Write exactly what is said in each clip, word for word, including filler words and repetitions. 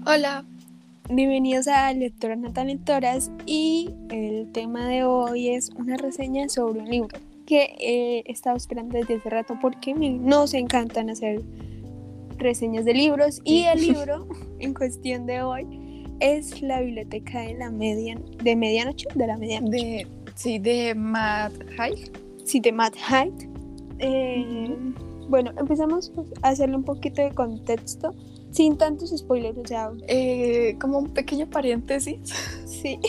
Hola. Bienvenidos a Lectoras No Tan Lectoras y el tema de hoy es una reseña sobre un libro que he estado esperando desde hace rato porque me, nos encantan hacer reseñas de libros. Sí. Y el libro en cuestión de hoy es La Biblioteca de la Median de Medianoche, de la Medianoche. De, sí, de Matt Haig. Sí, de Matt Haig. Eh, uh-huh. Bueno, empezamos a hacerle un poquito de contexto. Sin tantos spoilers, o sea... Eh, como un pequeño paréntesis. Sí.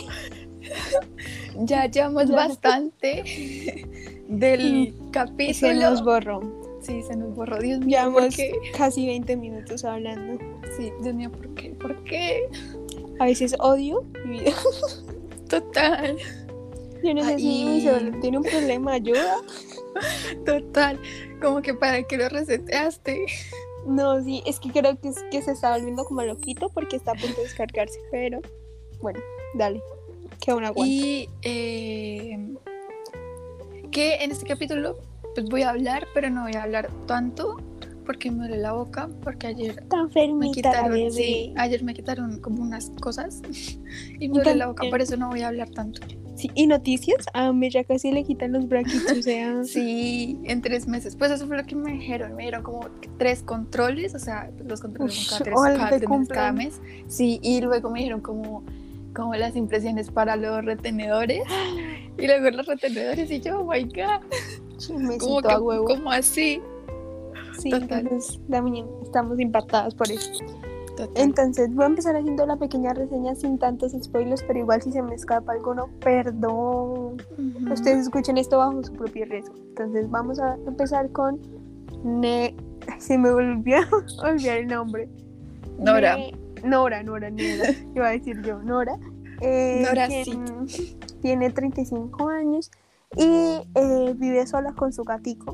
ya llevamos ya. bastante del mm. capítulo. Se nos borró. Sí, se nos borró. Dios mío, llevamos ¿por qué? Casi veinte minutos hablando. Sí, Dios mío, ¿por qué? ¿Por qué? A veces odio mi vida. Total. Yo no sé Ay. si mi celular tiene un problema, ayuda. Total. Como que para qué lo reseteaste. No, sí, es que creo que, es que se está volviendo como loquito porque está a punto de descargarse, pero bueno, dale, que aún aguanta. Y eh, que en este capítulo pues voy a hablar, pero no voy a hablar tanto porque me duele la boca, porque ayer Tan me quitaron, bebé. sí, ayer me quitaron como unas cosas y me duele la boca, por eso no voy a hablar tanto. Sí, y noticias, a mí ya casi le quitan los brackets, o sea... Sí, en tres meses, pues eso fue lo que me dijeron, me dieron como tres controles, o sea, los controles son cada tres, cada, tres meses, cada mes, sí, y luego me dijeron como, como las impresiones para los retenedores, y luego los retenedores, y yo, oh my god, sí, me como, que, a huevo. como así. Sí, Total. Entonces también estamos impactadas por eso. Total. Entonces voy a empezar haciendo la pequeña reseña sin tantos spoilers, pero igual si se me escapa alguno, perdón. Uh-huh. Ustedes escuchen esto bajo su propio riesgo. Entonces vamos a empezar con Ne... Se me volvió a olvidar el nombre. Nora. Ne... Nora, Nora, Nora. Iba a decir yo, Nora. Eh, Nora tiene, sí. Tiene treinta y cinco años y eh, vive sola con su gatico.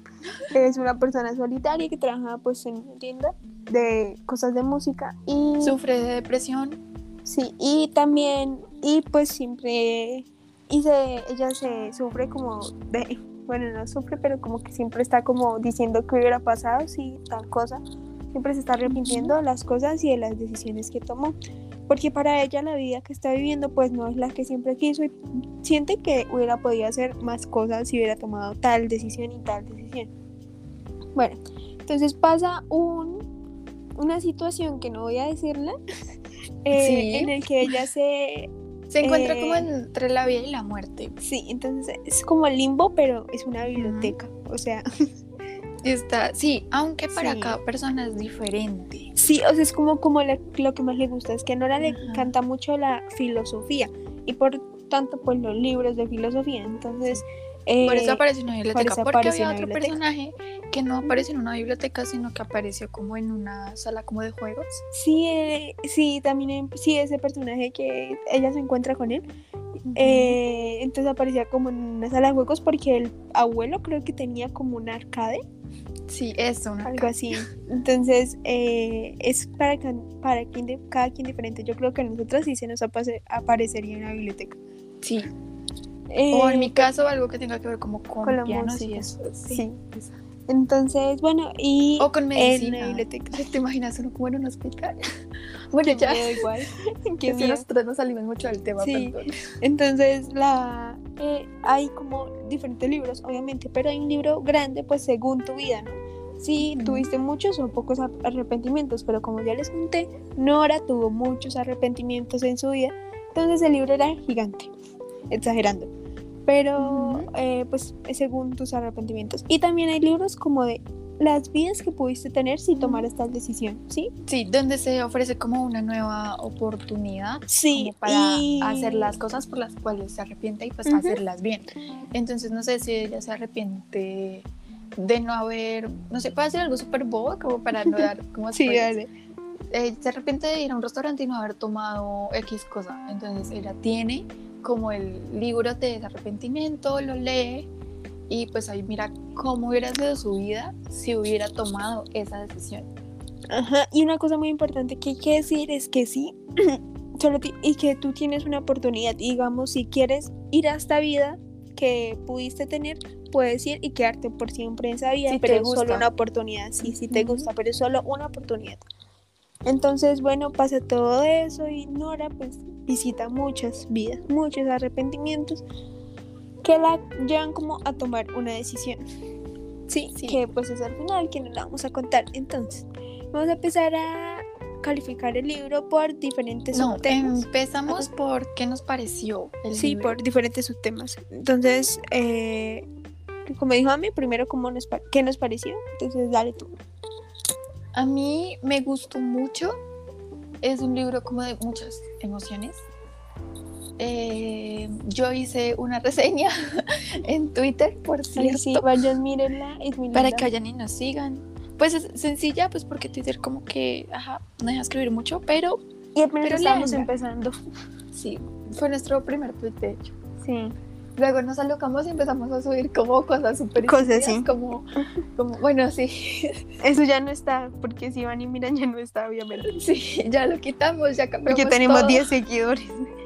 Es una persona solitaria que trabaja pues en una tienda de cosas de música y sufre de depresión. Sí, y también y pues siempre y se ella se sufre como de bueno, no sufre, pero como que siempre está como diciendo qué hubiera pasado si tal cosa. Siempre se está arrepintiendo de las cosas y de las decisiones que tomó, porque para ella la vida que está viviendo pues no es la que siempre quiso y siente que hubiera podido hacer más cosas si hubiera tomado tal decisión y tal decisión. Bueno, entonces pasa un, una situación que no voy a decirla, eh, sí. en el que ella se... Se encuentra eh, como entre la vida y la muerte. Sí, entonces es como el limbo, pero es una biblioteca, uh-huh. o sea... Está, sí, aunque para sí. cada persona es diferente. Sí, o sea, es como, como la, lo que más le gusta, es que a Nora uh-huh. le encanta mucho la filosofía y por tanto pues los libros de filosofía, entonces... Eh, por eso aparece en una biblioteca, por porque había otro biblioteca. personaje que no apareció en una biblioteca, sino que apareció como en una sala como de juegos. Sí, eh, sí, también, sí, ese personaje que ella se encuentra con él, uh-huh. eh, entonces aparecía como en una sala de juegos porque el abuelo creo que tenía como un arcade. Sí, eso, una algo así. Entonces, eh, es para, para quien de, cada quien diferente. Yo creo que a nosotros sí se nos apase, aparecería en la biblioteca. Sí. Eh, o en mi caso algo que tenga que ver como con, con pianos y eso. Sí. sí. Entonces, bueno, y o con medicina. En la biblioteca. ¿Te imaginas uno como en un hospital? Bueno, Qué ya miedo igual. Que si nosotros nos salimos mucho del tema. Sí. Perdón. Entonces, la eh, hay como diferentes libros, obviamente, pero hay un libro grande, pues según tu vida, ¿no? Sí, tuviste muchos o pocos arrepentimientos, pero como ya les conté, Nora tuvo muchos arrepentimientos en su vida, entonces el libro era gigante, exagerando, pero uh-huh. eh, pues según tus arrepentimientos. Y también hay libros como de las vidas que pudiste tener si tomaras tal decisión, ¿sí? Sí, donde se ofrece como una nueva oportunidad, sí, como para y... hacer las cosas por las cuales se arrepiente y pues uh-huh. hacerlas bien. Entonces no sé si ella se arrepiente de no haber, no sé, puede hacer algo súper bobo como para no dar como sí, dale. Eh, se arrepiente de ir a un restaurante y no haber tomado X cosa, entonces ella tiene como el libro de ese arrepentimiento, lo lee y pues ahí mira cómo hubiera sido su vida si hubiera tomado esa decisión. Ajá, y una cosa muy importante que hay que decir es que sí, solo t- y que tú tienes una oportunidad, digamos, si quieres ir a esta vida que pudiste tener, puedes ir y quedarte por siempre en esa vida, si pero te es gusta. solo una oportunidad, sí, sí te uh-huh. gusta, pero es solo una oportunidad. Entonces, bueno, pasa todo eso y Nora pues visita muchas vidas, muchos arrepentimientos que la llevan como a tomar una decisión. Sí, sí. Que pues es al final que nos la vamos a contar. Entonces, vamos a empezar a calificar el libro por diferentes no, subtemas. Empezamos por qué nos pareció el sí, libro. por diferentes subtemas. Entonces, eh, como dijo a mí, primero cómo nos, qué nos pareció. Entonces, dale tú. A mí me gustó mucho. Es un libro como de muchas emociones. Eh, yo hice una reseña en Twitter, por cierto. Ay, sí, vayan, mírenla, es muy linda. Para que vayan y nos sigan. Pues es sencilla, pues porque Twitter como que, ajá, no deja escribir mucho, pero... Y apenas estamos empezando. Sí, fue nuestro primer tweet, de hecho. Sí. Luego nos alocamos y empezamos a subir como cosas súper cosas, sí. como, como, bueno, sí. Eso ya no está, porque si van y miran ya no está, obviamente. Sí, ya lo quitamos, ya cambiamos. Porque tenemos todo. diez seguidores.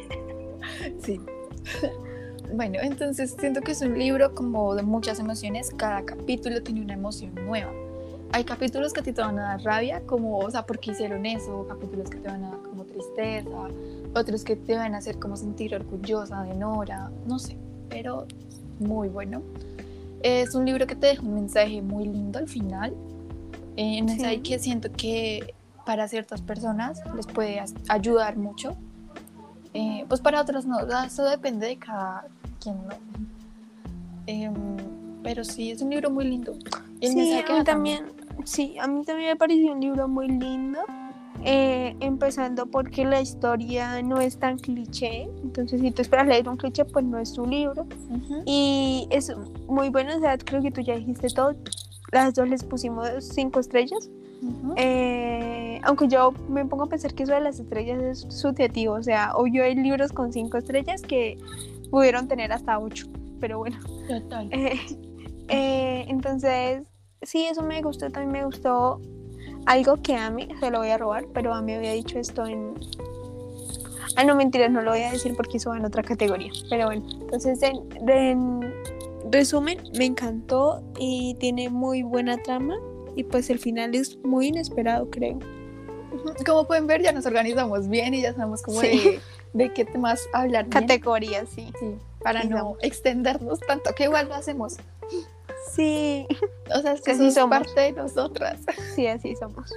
Sí. Bueno, entonces siento que es un libro como de muchas emociones. Cada capítulo tiene una emoción nueva. Hay capítulos que a ti te van a dar rabia, como, o sea, ¿por qué hicieron eso? Capítulos que te van a dar como tristeza, otros que te van a hacer como sentir orgullosa de Nora, no sé, pero muy bueno. Es un libro que te deja un mensaje muy lindo al final, eh, un mensaje sí. que siento que para ciertas personas les puede ayudar mucho, eh, pues para otros no, eso depende de cada quien, ¿no? Eh, pero sí, es un libro muy lindo. Y el sí, a mí también, sí, a mí también me pareció un libro muy lindo. Eh, empezando porque la historia no es tan cliché, entonces si tú esperas leer un cliché pues no es tu libro. Uh-huh. Y es muy bueno, o sea, creo que tú ya dijiste todo, las dos les pusimos cinco estrellas. Uh-huh. eh, aunque yo me pongo a pensar que eso de las estrellas es subjetivo, o sea, obvio hay libros con cinco estrellas que pudieron tener hasta ocho, pero bueno. Total. Eh, eh, entonces sí, eso me gustó, también me gustó algo que a mí, se lo voy a robar, pero a mí había dicho esto en... Ah, no, mentiras, no lo voy a decir porque eso va en otra categoría. Pero bueno, entonces en, en resumen, me encantó y tiene muy buena trama y pues el final es muy inesperado, creo. Como pueden ver, ya nos organizamos bien y ya sabemos cómo sí. de, de qué temas hablar bien. Categorías, sí. sí. Para sí, no somos. extendernos tanto, que igual lo hacemos. Sí. O sea, es que somos parte de nosotras. Sí, así somos.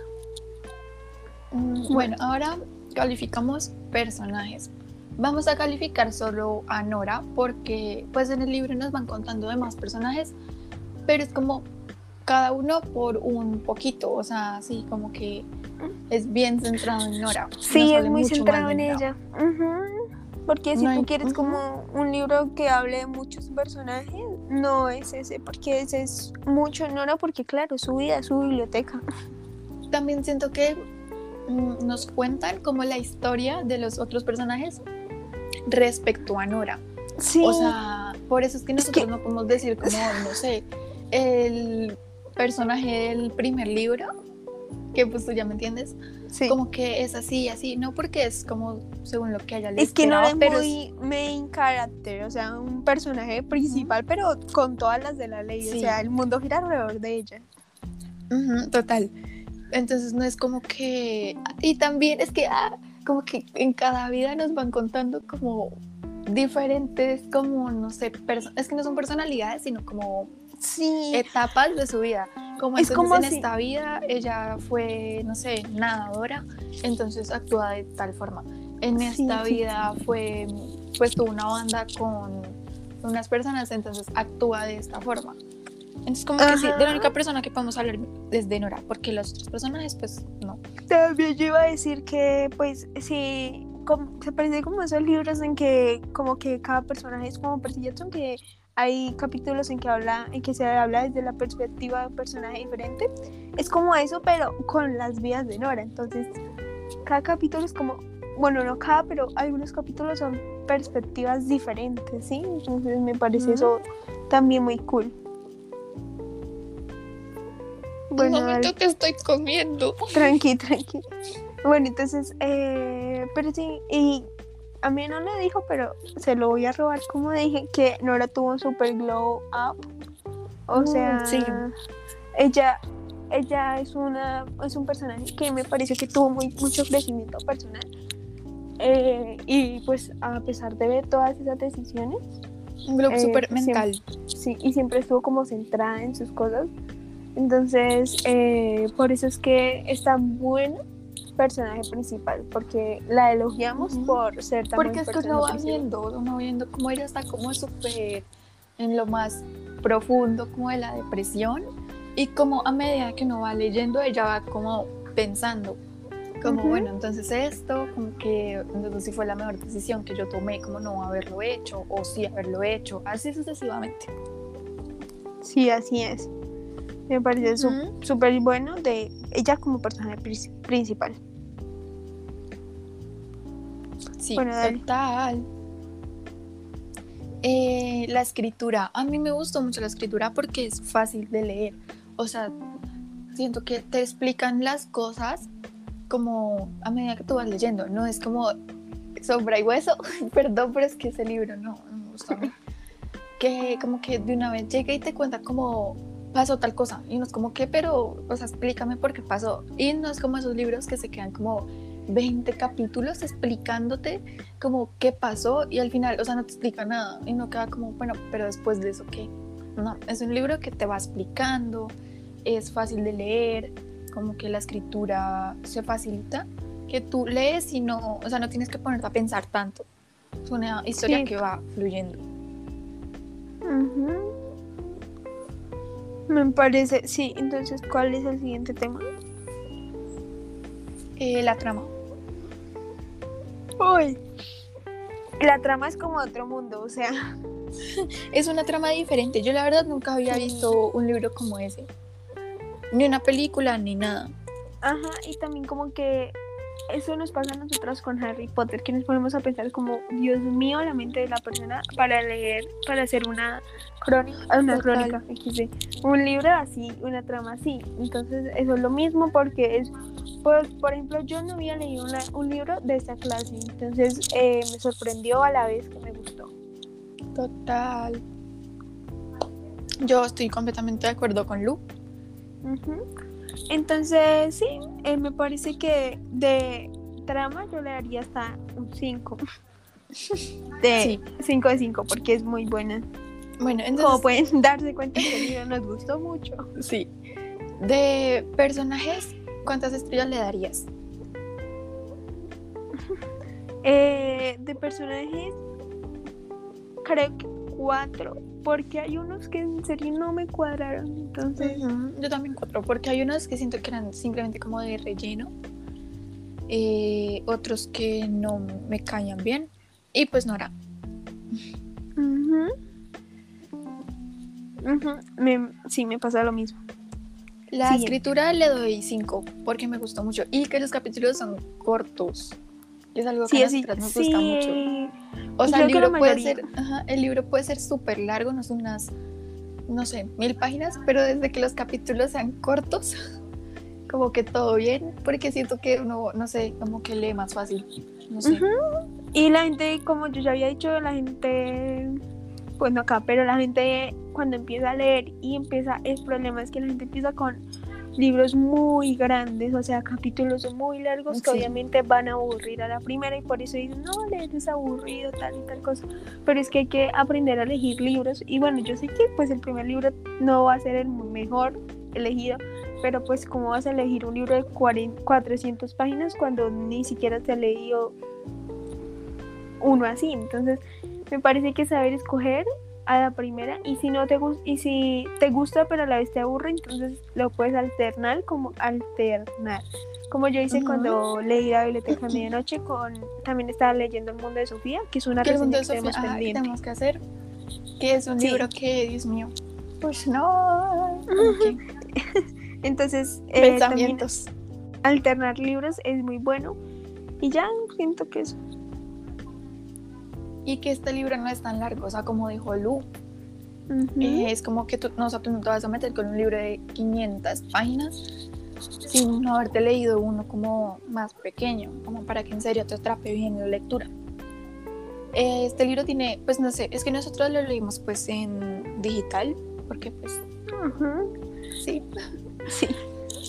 Mm, bueno, ahora calificamos personajes. Vamos a calificar solo a Nora porque pues en el libro nos van contando de más personajes, pero es como cada uno por un poquito, o sea, así como que es bien centrado en Nora. Sí, no es muy centrado en ella. Uh-huh. Porque si no hay, tú quieres uh-huh. como un libro que hable de muchos personajes, no es ese, porque ese es mucho Nora, porque claro, su vida, su biblioteca. También siento que mm, nos cuentan como la historia de los otros personajes respecto a Nora. Sí. O sea, por eso es que nosotros es que... no podemos decir como, no sé, el personaje del primer libro, que pues tú ya me entiendes, sí. como que es así, así, no porque es como según lo que haya leído. Es que no es pero muy es... main character, o sea, un personaje principal, uh-huh. pero con todas las de la ley, sí. o sea, el mundo gira alrededor de ella. Uh-huh, total. Entonces no es como que... Y también es que ah, como que en cada vida nos van contando como diferentes, como, no sé, perso- es que no son personalidades, sino como sí. etapas de su vida. Como es entonces como en si... esta vida ella fue, no sé, nadadora, entonces actúa de tal forma. En esta sí, vida sí. fue, pues tuvo una banda con unas personas, entonces actúa de esta forma. Entonces como Ajá. que sí, de la única persona que podemos hablar es de Nora, porque los otros personajes pues no. También yo iba a decir que pues sí, como, se parece como esos libros en que como que cada personaje es como Percy Jackson, que hay capítulos en que habla, en que se habla desde la perspectiva de un personaje diferente. Es como eso, pero con las vidas de Nora. Entonces, cada capítulo es como, bueno, no cada, pero algunos capítulos son perspectivas diferentes, ¿sí? Entonces me parece mm. eso también muy cool. Bueno, un momento que estoy comiendo. Tranqui, tranqui. Bueno, entonces, eh, pero sí, y a mí no le dijo, pero se lo voy a robar, como dije, que Nora tuvo un super glow up. O sea, sí. ella ella es una es un personaje que me pareció que tuvo muy, mucho crecimiento personal. Eh, y pues a pesar de ver todas esas decisiones, un grupo eh, súper pues, mental. Siempre, sí, y siempre estuvo como centrada en sus cosas. Entonces, eh, por eso es que es tan buen personaje principal, porque la elogiamos uh-huh. por ser tan porque buen es que personaje uno va principal. viendo, uno va viendo como ella está como súper en lo más profundo como de la depresión, y como a medida que uno va leyendo ella va como pensando como uh-huh. bueno, entonces esto como que entonces sí fue la mejor decisión que yo tomé, como no haberlo hecho o sí haberlo hecho, así sucesivamente. Sí, así es. Me parece uh-huh. súper bueno de ella como personaje principal. Sí, bueno, total. Eh, la escritura, a mí me gustó mucho la escritura porque es fácil de leer, o sea, siento que te explican las cosas como a medida que tú vas leyendo, no es como sombra y hueso, perdón, pero es que ese libro no, no me gustó a mí, que como que de una vez llega y te cuenta como pasó tal cosa, y no es como que, pero, o sea, explícame por qué pasó, y no es como esos libros que se quedan como veinte capítulos explicándote como qué pasó y al final, o sea, no te explica nada y no queda como, bueno, pero después de eso, ¿qué? No, es un libro que te va explicando, es fácil de leer, como que la escritura se facilita, que tú lees y no, o sea, no tienes que ponerte a pensar tanto, es una historia sí. que va fluyendo. Uh-huh. Me parece, sí, entonces, ¿cuál es el siguiente tema? Eh, la trama. Uy, la trama es como otro mundo, o sea, es una trama diferente. Yo la verdad nunca había sí. visto un libro como ese, ni una película ni nada. Ajá, y también como que eso nos pasa a nosotros con Harry Potter, que nos ponemos a pensar como, Dios mío, la mente de la persona para leer, para hacer una crónica, una Total. crónica, equis de, un libro así, una trama así. Entonces eso es lo mismo porque es, pues, por ejemplo, yo no había leído una, un libro de esta clase, entonces eh, me sorprendió a la vez que me gustó. Total. Yo estoy completamente de acuerdo con Lu. Uh-huh. Entonces, sí, eh, me parece que de trama yo le daría hasta un cinco. De cinco de cinco, porque es muy buena. Bueno, entonces... Como pueden darse cuenta, que el libro nos gustó mucho. Sí. De personajes, ¿cuántas estrellas le darías? Eh, de personajes, creo que cuatro. Porque hay unos que en serio no me cuadraron, entonces... Uh-huh. Yo también cuatro, porque hay unos que siento que eran simplemente como de relleno, eh, otros que no me caían bien, y pues Nora. Uh-huh. Uh-huh. Me, sí, me pasa lo mismo. La Siguiente. escritura le doy cinco, porque me gustó mucho, y que los capítulos son cortos, que es algo que sí, a nosotras nos sí. gusta mucho. O sea, el libro, puede ser, ajá, el libro puede ser súper largo, no son unas, no sé, mil páginas, pero desde que los capítulos sean cortos, como que todo bien, porque siento que uno, no sé, como que lee más fácil, no sé. Uh-huh. Y la gente, como yo ya había dicho, la gente, pues no acá, pero la gente cuando empieza a leer y empieza, el problema es que la gente empieza con libros muy grandes, o sea, capítulos muy largos, sí. que obviamente van a aburrir a la primera y por eso dicen, no, leer es aburrido, tal y tal cosa, pero es que hay que aprender a elegir libros y bueno, yo sé que pues el primer libro no va a ser el mejor elegido, pero pues cómo vas a elegir un libro de cuarenta, cuatrocientas páginas cuando ni siquiera te has leído uno así, entonces me parece que saber escoger a la primera, y si no te gusta, y si te gusta pero a la vez te aburre, entonces lo puedes alternar como alternar como yo hice uh-huh. cuando leí La Biblioteca de Medianoche, con también estaba leyendo El Mundo de Sofía, que es una reseña que tenemos Ajá, pendiente tenemos que hacer, que es un sí. libro que, Dios mío, pues no okay. Entonces eh, pensamientos alternar libros es muy bueno y ya siento que eso. Y que este libro no es tan largo, o sea, como dijo Lu, uh-huh. eh, es como que tú, no, o sea, tú no te vas a meter con un libro de quinientas páginas sin no haberte leído uno como más pequeño, como para que en serio te atrape bien la lectura. Eh, este libro tiene, pues no sé, es que nosotros lo leímos pues en digital, porque pues, uh-huh. sí, sí.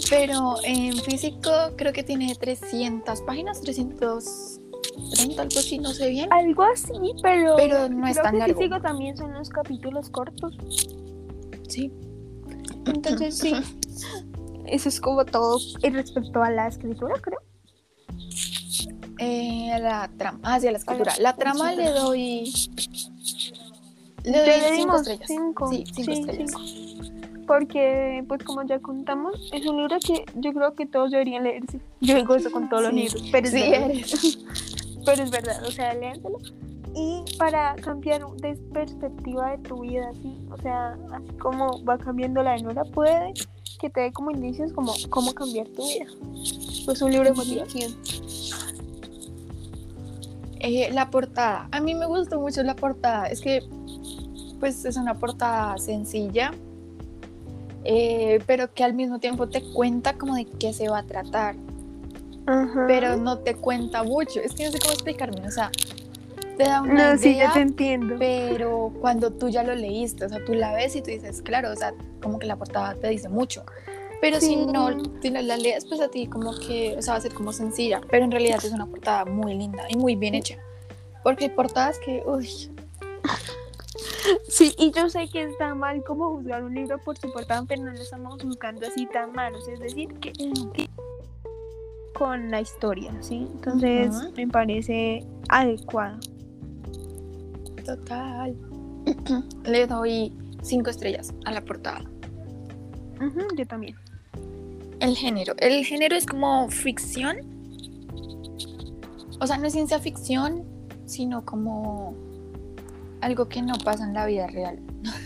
Pero en físico creo que tiene trescientas páginas, trescientos treinta, algo así, no sé bien. Algo así, pero, pero no es creo tan que largo. Físico también son los capítulos cortos. Sí. Entonces sí, eso es como todo respecto a la escritura, creo. Eh, la trama, ah, sí, a la escritura. La, la trama le doy, le doy le cinco estrellas. Cinco. Sí, cinco sí, estrellas. Cinco. Porque, pues como ya contamos, es un libro que yo creo que todos deberían leerse. Yo digo eso con todos sí. los libros, pero es sí, verdad. Eres. Pero es verdad, o sea, léanselo. Y para cambiar de perspectiva de tu vida, ¿sí? O sea, así como va cambiando la de Nora, puede que te dé como indicios como cómo cambiar tu vida. Pues un libro de motivación. Eh, la portada, a mí me gustó mucho la portada, es que pues es una portada sencilla, eh, pero que al mismo tiempo te cuenta como de qué se va a tratar. Ajá. Pero no te cuenta mucho, es que no sé cómo explicarme, o sea, te da una no, idea, sí, ya te entiendo. Pero cuando tú ya lo leíste, o sea, tú la ves y tú dices, claro, o sea, como que la portada te dice mucho. Pero sí. si, no, si no la lees, pues a ti como que, o sea, va a ser como sencilla. Pero en realidad es una portada muy linda y muy bien hecha. Porque hay portadas que, uy. Sí, y yo sé que está mal como juzgar un libro por su portada, pero no lo estamos juzgando así tan mal. O sea, es decir, que, que con la historia, ¿sí? Entonces, uh-huh. me parece adecuado. Total. Le doy cinco estrellas a la portada. Uh-huh, yo también. El género. El género es como ficción. O sea, no es ciencia ficción, sino como algo que no pasa en la vida real.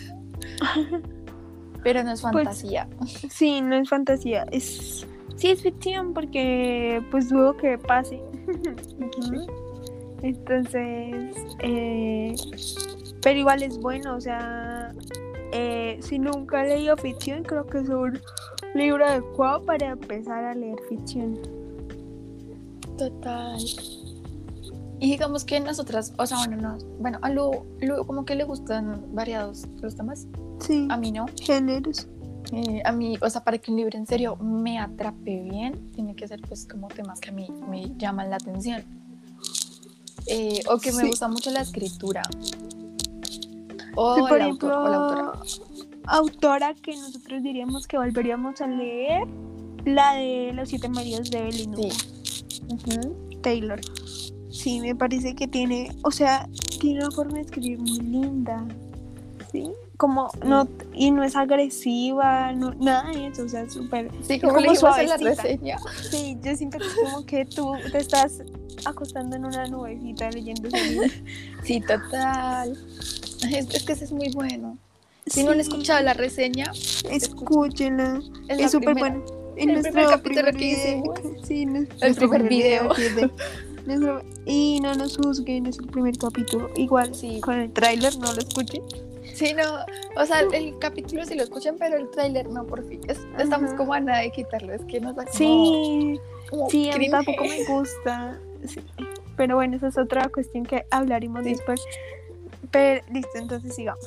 Pero no es fantasía. Pues, sí, no es fantasía. Es, sí es ficción porque pues dudo que pase. Uh-huh. Entonces, eh, pero igual es bueno, o sea, eh, si nunca he leído ficción, creo que es un libro adecuado para empezar a leer ficción. Total. Y digamos que nosotras, o sea, bueno, no, bueno, a Lu, Lu como que le gustan variados los temas. Sí. A mí no. Géneros. Eh, a mí, o sea, para que un libro en serio me atrape bien, tiene que ser pues como temas que a mí me llaman la atención. Eh, o que me sí. gusta mucho la escritura. O, sí, por el ejemplo, autor, o la autora. Autora que nosotros diríamos que volveríamos a leer, la de Los Siete Maridos de Evelyn sí. uh-huh. Taylor. Sí, me parece que tiene, o sea, tiene una forma de escribir muy linda, ¿sí? Como, sí. no, y no es agresiva, no, nada de eso, o sea, súper... Sí, como, como le dijimos en la reseña. Sí, yo siento que es como que tú te estás acostando en una nubecita leyendo ese libro. Sí, total. Es, es que ese es muy bueno. Si sí. no han escuchado la reseña, escúchenla. Es, es súper bueno. En el primer capítulo primer que hicimos. Sí, el primer, primer video. video nuestro, y no nos juzguen, es el primer capítulo. Igual, sí. Con el tráiler no lo escuchen. Sí, no, o sea, el capítulo sí lo escuchan, pero el tráiler no, por fin. Es, estamos como a nada de quitarlo, es que nos da como... Sí, como sí, a mí tampoco me gusta. Sí. Pero bueno, esa es otra cuestión que hablaremos sí. después. Pero listo, entonces sigamos.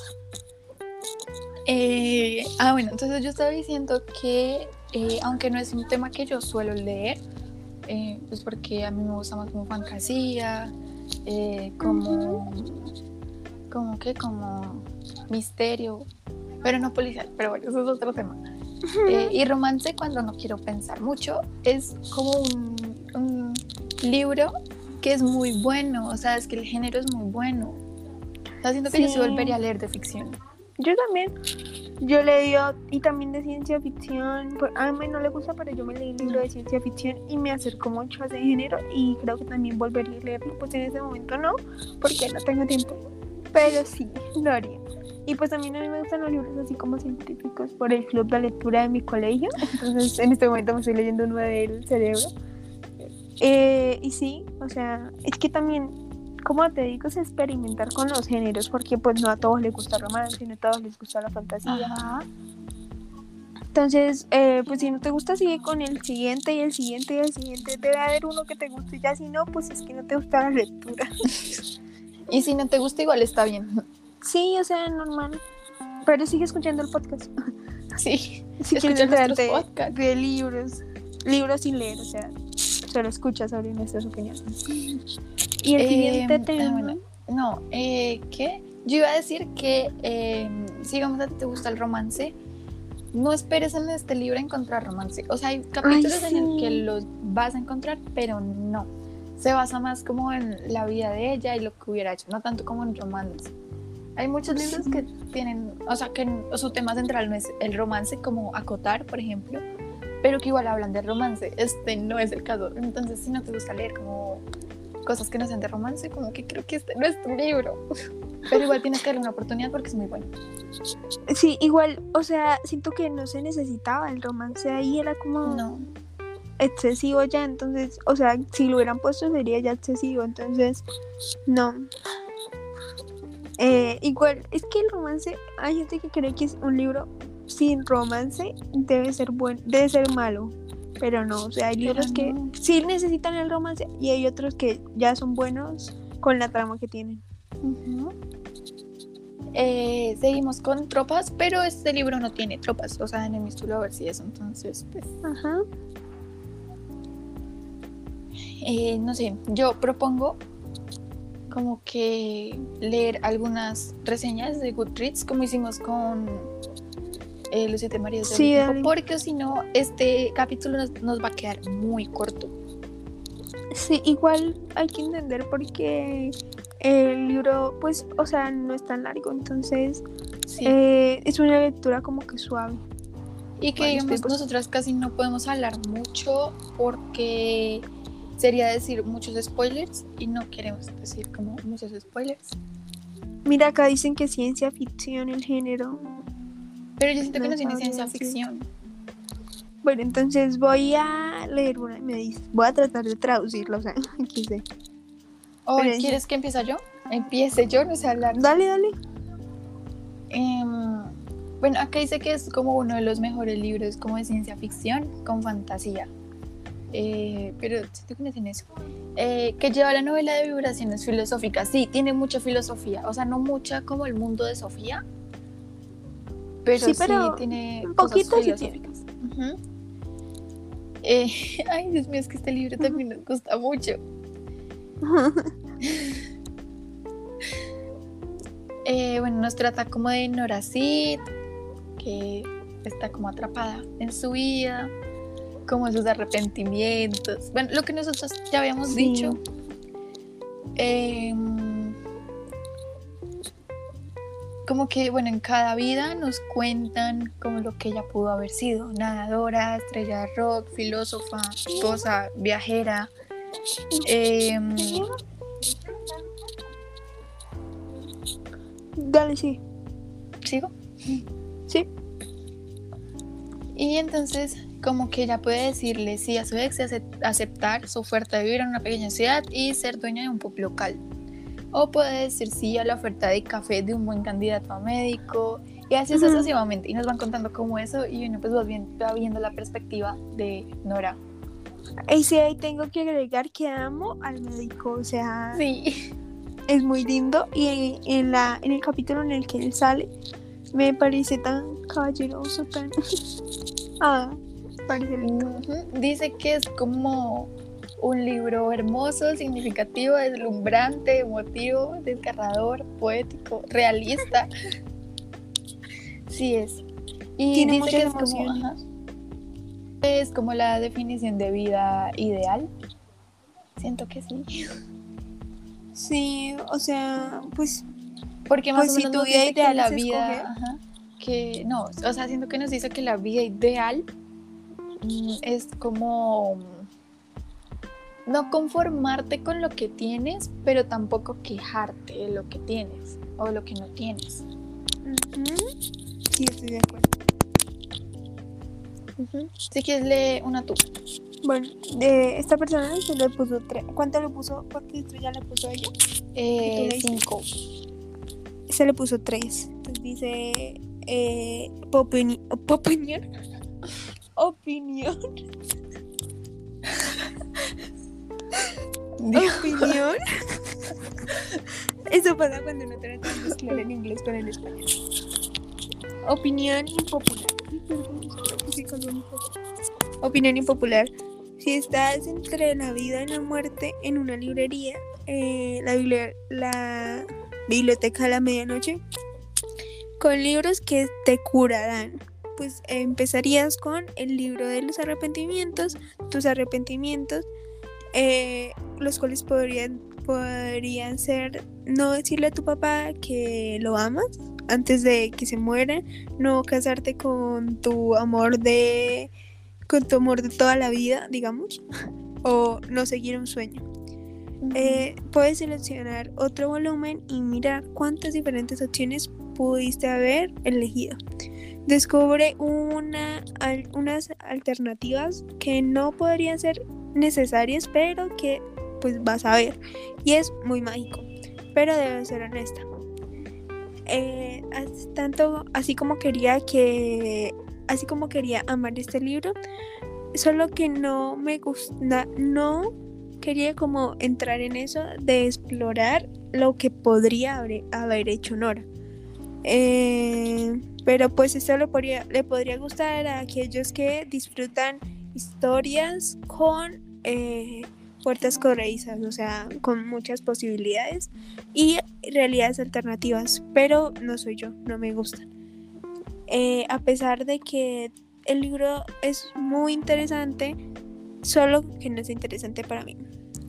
Eh, ah, bueno, entonces yo estaba diciendo que, eh, aunque no es un tema que yo suelo leer, eh, pues porque a mí me gusta más como fantasía, eh, como, uh-huh. como que, como misterio, pero no policial, pero bueno, eso es otro tema. Uh-huh. Eh, y romance, cuando no quiero pensar mucho, es como un, un libro que es muy bueno, o sea, es que el género es muy bueno. Está haciendo que sí. yo sí volvería a leer de ficción. Yo también. Yo leí y también de ciencia ficción. A mí no le gusta, pero yo me leí un libro de ciencia ficción y me acercó mucho a ese género y creo que también volvería a leerlo. Pues en ese momento no, porque no tengo tiempo. Pero sí, lo haría. Y pues también a mí me gustan los libros así como científicos por el club de lectura de mi colegio. Entonces en este momento me estoy leyendo uno del cerebro. Eh, y sí, o sea, es que también, como te digo, es experimentar con los géneros, porque pues no a todos les gusta el romance, no a todos les gusta la fantasía. Ajá. Entonces, eh, pues si no te gusta, sigue con el siguiente y el siguiente y el siguiente. Debe haber uno que te guste, ya si no, pues es que no te gusta la lectura. Y si no te gusta, igual está bien. Sí, o sea, normal. Pero sigue escuchando el podcast. Sí, si quieres enterarte de libros, libros sin leer, o sea, solo escucha sobre nuestras opiniones. Y el eh, siguiente tema. Ah, bueno, no, eh, ¿qué? Yo iba a decir que eh, si vamos a ti te gusta el romance, no esperes en este libro encontrar romance. O sea, hay capítulos Ay, sí. en el que los vas a encontrar, pero no. Se basa más como en la vida de ella y lo que hubiera hecho, no tanto como en romance. Hay muchos libros sí. que tienen, o sea, que su tema central no es el romance, como Acotar, por ejemplo, pero que igual hablan de romance. Este no es el caso. Entonces, si no te gusta leer como cosas que no sean de romance, como que creo que este no es tu libro. Pero igual tienes que darle una oportunidad porque es muy bueno. Sí, igual, o sea, siento que no se necesitaba el romance ahí, era como no. excesivo ya, entonces, o sea, si lo hubieran puesto sería ya excesivo, entonces, no. Eh, igual, es que el romance, hay gente que cree que es un libro sin romance debe ser bueno, debe ser malo, pero no, o sea, hay libros no. que sí necesitan el romance y hay otros que ya son buenos con la trama que tienen. Uh-huh. Eh, seguimos con tropas, pero este libro no tiene tropas, o sea, en el mismo a ver si eso, entonces, pues. Ajá. Eh, no sé, yo propongo como que leer algunas reseñas de Goodreads, como hicimos con eh, Los Siete Maridos del sí, Tiempo, porque si no, este capítulo nos, nos va a quedar muy corto. Sí, igual hay que entender porque el libro, pues, o sea, no es tan largo, entonces sí. eh, es una lectura como que suave. Y que, digamos, tipos. nosotras casi no podemos hablar mucho porque sería decir muchos spoilers y no queremos decir como muchos spoilers. Mira, acá dicen que ciencia ficción el género. Pero yo siento no que no tiene ciencia decir. ficción. Bueno, entonces voy a leer una y me dice, voy a tratar de traducirlo, o sea, aquí sé. ¿O oh, quieres que empiece yo? Empiece yo, no sé hablar. Dale, dale. Eh, bueno, acá dice que es como uno de los mejores libros como de ciencia ficción con fantasía. Eh, pero siento que no tiene eso. Eh, que lleva la novela de vibraciones filosóficas. Sí, tiene mucha filosofía. O sea, no mucha como el mundo de Sofía. Pero sí, pero sí tiene un poquito cosas filosóficas. Sí uh-huh. eh, ay, Dios mío, es que este libro también nos gusta mucho. eh, bueno, nos trata como de Nora Sid, que está como atrapada en su vida, como sus arrepentimientos, bueno, lo que nosotros ya habíamos sí. dicho. Eh, como que, bueno, en cada vida nos cuentan como lo que ella pudo haber sido: nadadora, estrella de rock, filósofa, esposa, viajera. Eh, Dale, sí. ¿Sigo? Sí. Y entonces, como que ella puede decirle sí a su ex y aceptar su oferta de vivir en una pequeña ciudad y ser dueña de un pub local. O puede decir sí a la oferta de café de un buen candidato a médico. Y así uh-huh. sucesivamente. Y nos van contando cómo eso. Y uno pues va viendo, va viendo la perspectiva de Nora. Y sí, ahí tengo que agregar que amo al médico. O sea, sí. es muy lindo. Y en, la, en el capítulo en el que él sale, me parece tan caballeroso, tan... ah, parece lindo. Uh-huh. Dice que es como un libro hermoso, significativo, deslumbrante, emotivo, desgarrador, poético, realista. Sí es. Y tiene dice que es como, ajá, es como la definición de vida ideal. Siento que sí. Sí, o sea, pues... Porque más pues o menos si tu nos vida dice ideal que la es vida... Ajá, que no, o sea, siento que nos dice que la vida ideal mm, es como... no conformarte con lo que tienes, pero tampoco quejarte de lo que tienes o lo que no tienes. Uh-huh. Sí, estoy de acuerdo. Uh-huh. Si quieres, lee una tú. Bueno, de esta persona se le puso tres. ¿Cuánto le puso? ¿Cuántas estrellas le puso a ella? Eh, cinco. Se le puso tres. Entonces dice eh, popini- opinión. Opinión. Opinión. Eso pasa cuando no trata de mezclar el inglés con el español. Opinión impopular. Opinión impopular. Si estás entre la vida y la muerte en una librería, eh, la, bibli- la biblioteca a la medianoche, con libros que te curarán, pues eh, empezarías con el libro de los arrepentimientos, tus arrepentimientos, eh, los cuales podrían, podrían ser no decirle a tu papá que lo amas antes de que se muera, no casarte con tu amor de con tu amor de toda la vida, digamos, o no seguir un sueño. Uh-huh. Eh, puedes seleccionar otro volumen y mirar cuántas diferentes opciones pudiste haber elegido. Descubre una, al, unas alternativas que no podrían ser necesarias, pero que pues vas a ver. Y es muy mágico, pero debes ser honesta. Eh, tanto así como quería que así como quería amar este libro, solo que no me gusta, no quería como entrar en eso de explorar lo que podría haber, haber hecho Nora. Eh, pero pues esto le podría, le podría gustar a aquellos que disfrutan historias con eh, puertas corredizas, o sea, con muchas posibilidades y realidades alternativas, pero no soy yo, no me gustan. Eh, a pesar de que el libro es muy interesante, solo que no es interesante para mí.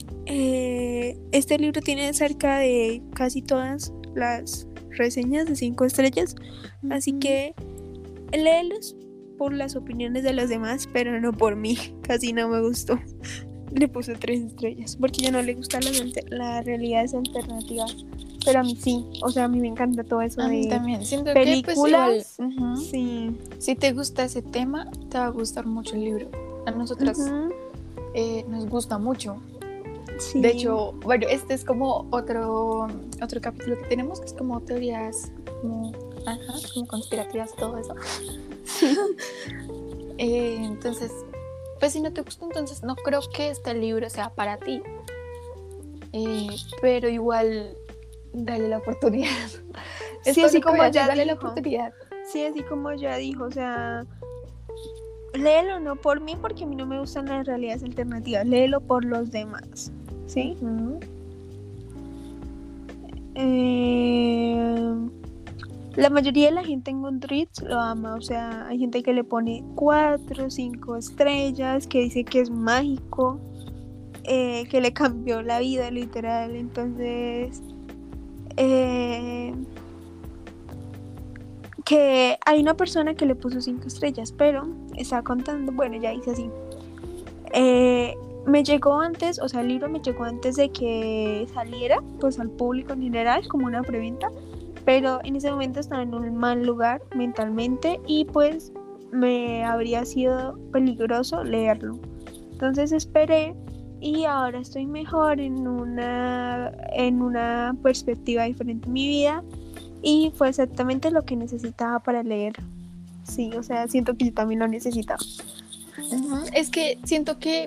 Eh, este libro tiene cerca de casi todas las reseñas de cinco estrellas, uh-huh. Así que léelos por las opiniones de los demás, pero no por mí, casi no me gustó. Le puse tres estrellas, porque ya no le gustan las, las realidades alternativas. Pero a mí sí, o sea, a mí me encanta todo eso a de mí también. Siento películas. Que, pues, igual, uh-huh. Sí. Si te gusta ese tema, te va a gustar mucho el libro. A nosotras uh-huh. eh, nos gusta mucho. Sí. De hecho, bueno, este es como otro otro capítulo que tenemos, que es como teorías como, ajá, como conspirativas, todo eso. Sí. eh, entonces, pues si no te gusta, entonces no creo que este libro sea para ti. Eh, pero igual dale la oportunidad. Sí, así como ya dale dijo. la oportunidad. Sí, así como ya dijo, o sea, léelo no por mí, porque a mí no me gustan las realidades alternativas, léelo por los demás, ¿sí? Uh-huh. Eh, la mayoría de la gente en Goodreads lo ama, o sea, hay gente que le pone cuatro, cinco estrellas, que dice que es mágico, eh, que le cambió la vida literal, entonces... Eh, que hay una persona que le puso cinco estrellas, pero estaba contando, bueno, ya hice así. Eh, me llegó antes, o sea, el libro me llegó antes de que saliera, pues al público en general, como una preventa, pero en ese momento estaba en un mal lugar mentalmente y pues me habría sido peligroso leerlo. Entonces esperé. Y ahora estoy mejor en una, en una perspectiva diferente en mi vida. Y fue exactamente lo que necesitaba para leer. Sí, o sea, siento que yo también lo necesitaba. Uh-huh. Es que siento que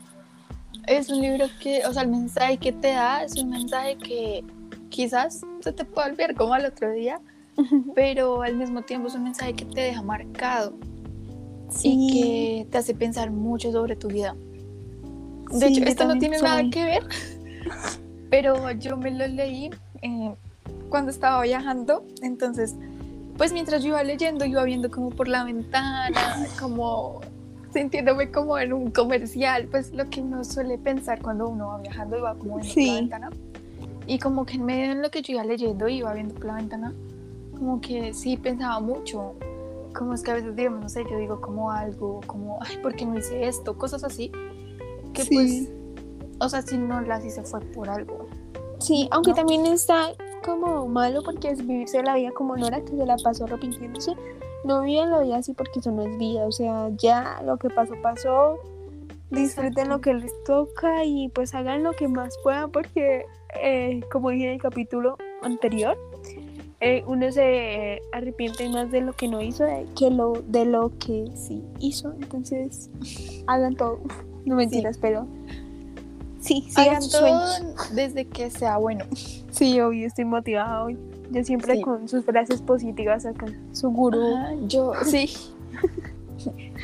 es un libro que, o sea, el mensaje que te da es un mensaje que quizás se te puede olvidar como al otro día, uh-huh. Pero al mismo tiempo es un mensaje que te deja marcado. Sí. Y que te hace pensar mucho sobre tu vida. De sí, hecho, esto no tiene soy. nada que ver, pero yo me lo leí eh, cuando estaba viajando, entonces, pues mientras yo iba leyendo, iba viendo como por la ventana, como sintiéndome como en un comercial, pues lo que uno suele pensar cuando uno va viajando y va como viendo sí. por la ventana. Y como que en medio de lo que yo iba leyendo y iba viendo por la ventana, como que sí pensaba mucho, como es que a veces, digamos, no sé, yo digo como algo, como, ay, ¿por qué no hice esto? Cosas así. Que sí. Pues, o sea, si no las hice fue por algo. Sí, aunque ¿no? También está como malo porque es vivirse la vida como Nora, que se la pasó arrepintiéndose. No viven la vida así porque eso no es vida, o sea, ya lo que pasó, pasó. Disfruten Exacto. Lo que les toca y pues hagan lo que más puedan porque, eh, como dije en el capítulo anterior, eh, uno se arrepiente más de lo que no hizo que lo, de lo que sí hizo, entonces hagan todo. No mentiras, sí. Pero sí, sí hagan todo desde que sea bueno. Sí, obvio, estoy motivada hoy. Yo siempre sí. Con sus frases positivas acá, su gurú. Ajá, yo, sí.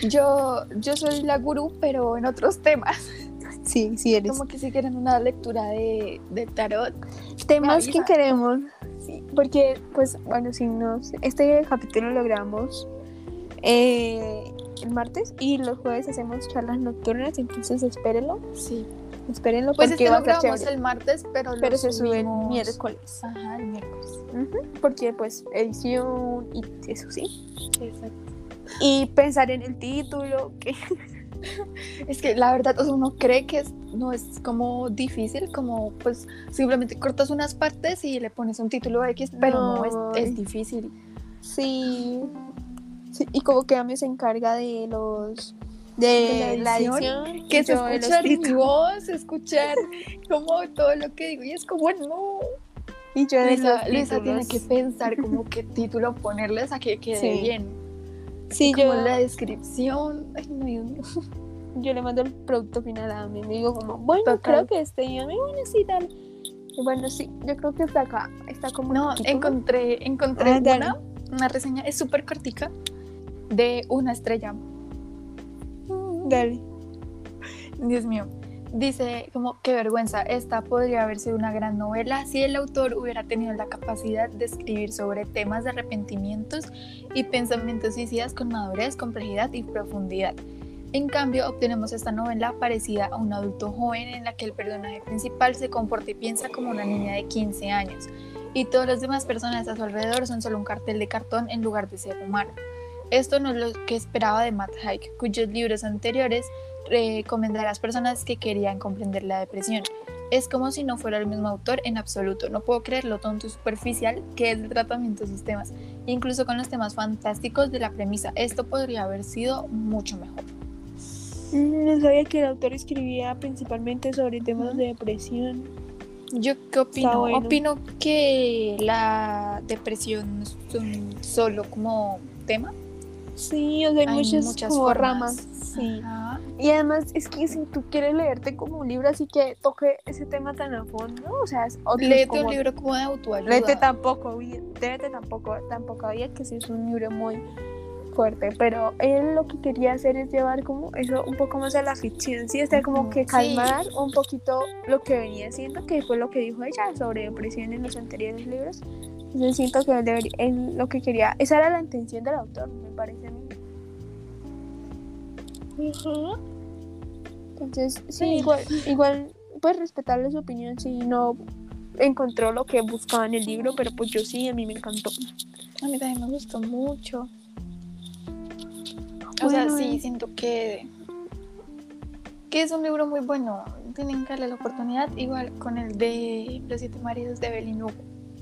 Yo, yo soy la gurú, pero en otros temas. Sí, sí eres. Como que si quieren una lectura de, de tarot. Temas que queremos, sí, porque pues bueno, si nos, este capítulo lo grabamos eh, el martes y los jueves hacemos charlas nocturnas, entonces espérenlo. Sí. Espérenlo pues porque este va lo a ser grabamos chévere. el martes, pero, pero lo se sube el subimos... miércoles. Ajá, el miércoles. Uh-huh, porque pues edición y eso sí. Exacto. Y pensar en el título, que es que la verdad, o sea, uno cree que es, no es como difícil, como pues simplemente cortas unas partes y le pones un título X, pero no, no es, es difícil. Sí. sí. Y como que Ame se encarga de los de, de la, edición, la edición, que es escuchar mi voz, escuchar como todo lo que digo, y es como no. Y yo de Luisa, Luisa tiene que pensar como qué título ponerles a que quede sí. bien. Sí, y como yo... la descripción. Ay, no, Dios mío. Yo le mando el producto final a mí. Me digo como, bueno, Total. creo que este. Y a mí, bueno, sí, tal. Y bueno, sí, yo creo que está acá. Está como... No, encontré, encontré ah, una, una reseña, es súper cortica, de una estrella. Dale. Dios mío. Dice como, qué vergüenza, esta podría haber sido una gran novela si el autor hubiera tenido la capacidad de escribir sobre temas de arrepentimientos y pensamientos suicidas con madurez, complejidad y profundidad. En cambio, obtenemos esta novela parecida a un adulto joven en la que el personaje principal se comporta y piensa como una niña de quince años y todas las demás personas a su alrededor son solo un cartel de cartón en lugar de ser humano. Esto no es lo que esperaba de Matt Haig, cuyos libros anteriores recomendé a las personas que querían comprender la depresión. Es como si no fuera el mismo autor en absoluto. No puedo creer lo tonto y superficial que es el tratamiento de sus temas. Incluso con los temas fantásticos de la premisa, esto podría haber sido mucho mejor. No sabía que el autor escribía principalmente sobre temas uh-huh. de depresión. ¿Yo qué opino? Bueno. Opino que la depresión es un solo como tema. Sí, o sea, hay, hay muchas, muchas como formas. ramas. Sí. Ajá. Y además es que si tú quieres leerte como un libro así que toque ese tema tan a fondo, o sea, es otro léete como... un libro como de autoayuda. Léete tampoco, léete tampoco, tampoco había que sí es un libro muy fuerte, pero él lo que quería hacer es llevar como eso un poco más a la ficción, sí, está como que calmar sí. un poquito lo que venía haciendo, que fue lo que dijo ella sobre depresión en los anteriores libros. Yo siento que él, debería, él lo que quería, esa era la intención del autor, me parece a mí. Uh-huh. Entonces, sí, sí. igual, igual, pues respetarle su opinión si no encontró lo que buscaba en el libro, pero pues yo sí, a mí me encantó. A mí también me gustó mucho. O bueno, sea, sí, siento que, que es un libro muy bueno. Tienen que darle la oportunidad, igual con el de Los siete maridos de Evelyn Hugo.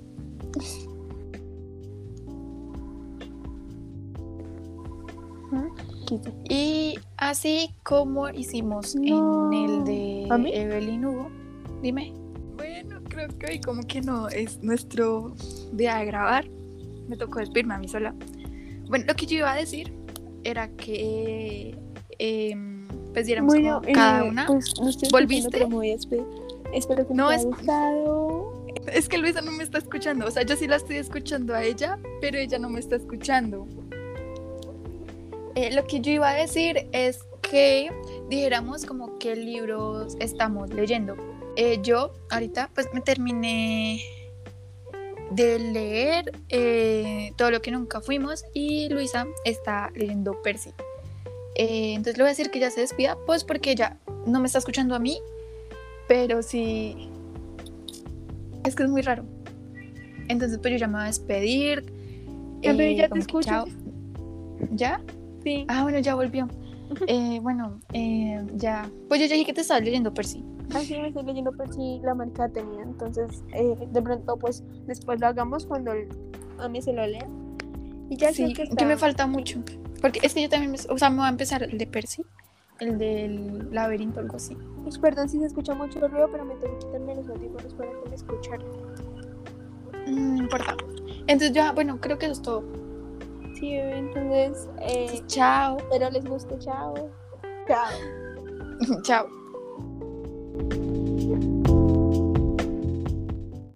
Y así como hicimos no. en el de Evelyn Hugo, dime. Bueno, creo que hoy como que no es nuestro día de grabar. Me tocó despedirme a mí sola. Bueno, lo que yo iba a decir era que eh, pues diéramos bueno, como cada una. Pues, no ¿volviste? Me voy a despedir. Espero que no, te haya es... gustado. Es que Luisa no me está escuchando. O sea, yo sí la estoy escuchando a ella, pero ella no me está escuchando. Eh, lo que yo iba a decir es que dijéramos como qué libros estamos leyendo. Eh, yo ahorita pues me terminé de leer eh, Todo lo que nunca fuimos y Luisa está leyendo Percy. Eh, entonces le voy a decir que ya se despida, pues porque ella no me está escuchando a mí, pero sí, es que es muy raro. Entonces pues yo ya me voy a despedir. Eh, pero ya te escucho. Chao. ¿Ya? Sí. Ah, bueno, ya volvió. eh, bueno, eh, ya. Pues yo ya dije que te estaba leyendo Percy. Ah, sí, me estoy leyendo Percy, la marca tenía. Entonces, eh, de pronto, pues, después lo hagamos cuando el, a mí se lo lea. Y ya sí, que, está... que me falta mucho. Porque es que yo también, me, o sea, me voy a empezar el de Percy, el del laberinto, algo así. Pues, perdón si se escucha mucho el ruido, pero me tengo que quitarme los audífonos para que me escuchen. No importa. Entonces, ya, bueno, creo que eso es todo. Sí, entonces, eh, entonces chao. Espero les guste, chao. Chao. Chao.